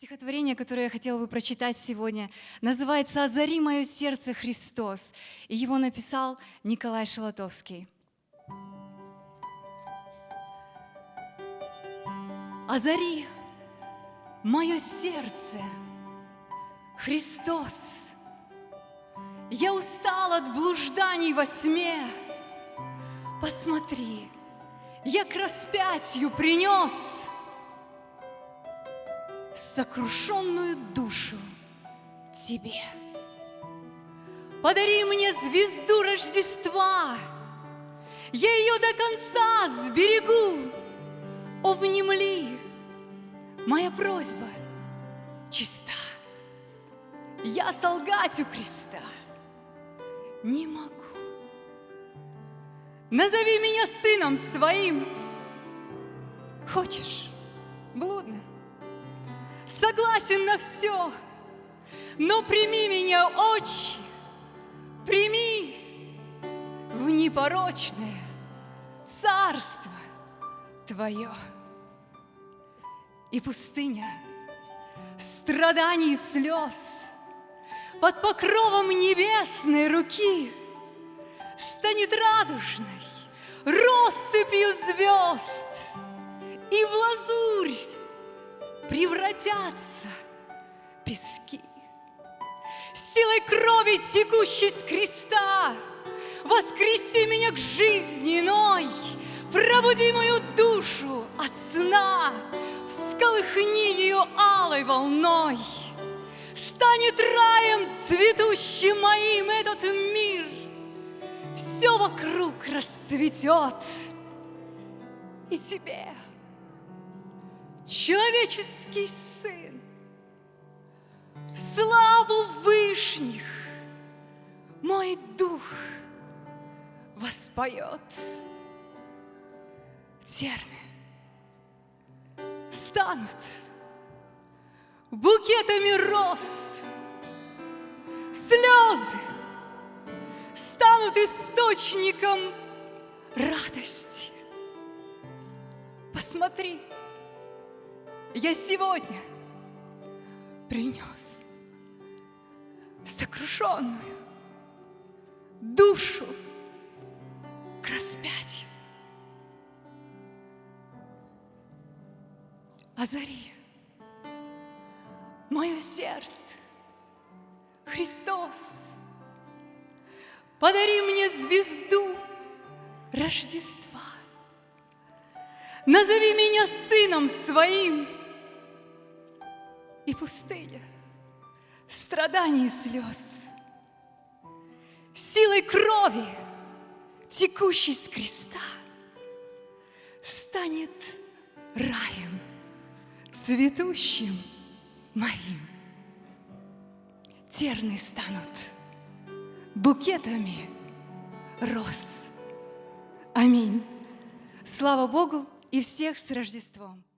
Стихотворение, которое я хотела бы прочитать сегодня, называется «Озари мое сердце, Христос», и его написал Николай Шалатовский. Озари мое сердце, Христос, я устал от блужданий во тьме. Посмотри, я к распятию принес сокрушенную душу тебе. Подари мне звезду Рождества, я ее до конца сберегу. О, внемли, моя просьба чиста, я солгать у креста не могу. Назови меня сыном своим, хочешь, блудным, согласен на все, но прими меня, Отче, прими в непорочное царство Твое. И пустыня страданий и слез под покровом небесной руки станет радужной россыпью звезд, и в лазурь превратятся пески. Силой крови, текущей с креста, воскреси меня к жизни иной, пробуди мою душу от сна, всколыхни ее алой волной. Станет раем цветущим моим этот мир, все вокруг расцветет, и тебе, человеческий сын, славу вышних мой дух воспоет. Терны станут букетами роз, слезы станут источником радости. Посмотри, я сегодня принес сокрушенную душу к распятию. Озари мое сердце, Христос, подари мне звезду Рождества, назови меня сыном своим, и пустыня страданий и слез силой крови, текущей с креста, станет раем цветущим моим. Терны станут букетами роз. Аминь. Слава Богу и всех с Рождеством!